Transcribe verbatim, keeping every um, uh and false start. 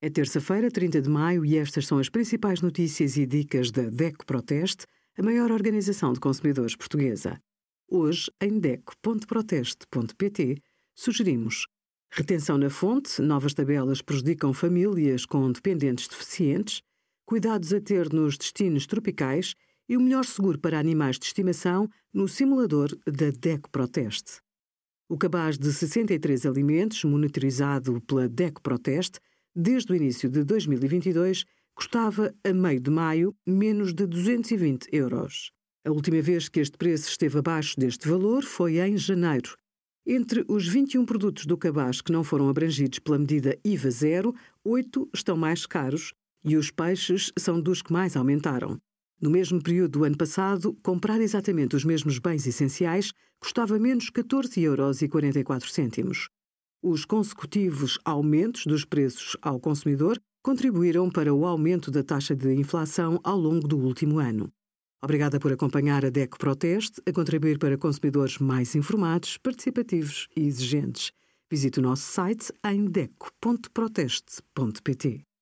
É terça-feira, trinta de maio, e estas são as principais notícias e dicas da DECO Proteste, a maior organização de consumidores portuguesa. Hoje, em deco ponto proteste ponto pt, sugerimos: retenção na fonte, novas tabelas prejudicam famílias com dependentes deficientes, cuidados a ter nos destinos tropicais e o melhor seguro para animais de estimação no simulador da DECO Proteste. O cabaz de sessenta e três alimentos, monitorizado pela DECO Proteste, desde o início de dois mil e vinte e dois, custava, a meio de maio, menos de duzentos e vinte euros. A última vez que este preço esteve abaixo deste valor foi em janeiro. Entre os vinte e um produtos do cabaz que não foram abrangidos pela medida I V A zero, oito estão mais caros e os peixes são dos que mais aumentaram. No mesmo período do ano passado, comprar exatamente os mesmos bens essenciais custava menos catorze euros e quarenta e quatro cêntimos. Os consecutivos aumentos dos preços ao consumidor contribuíram para o aumento da taxa de inflação ao longo do último ano. Obrigada por acompanhar a DECO Proteste, a contribuir para consumidores mais informados, participativos e exigentes. Visite o nosso site em deco ponto proteste ponto pt.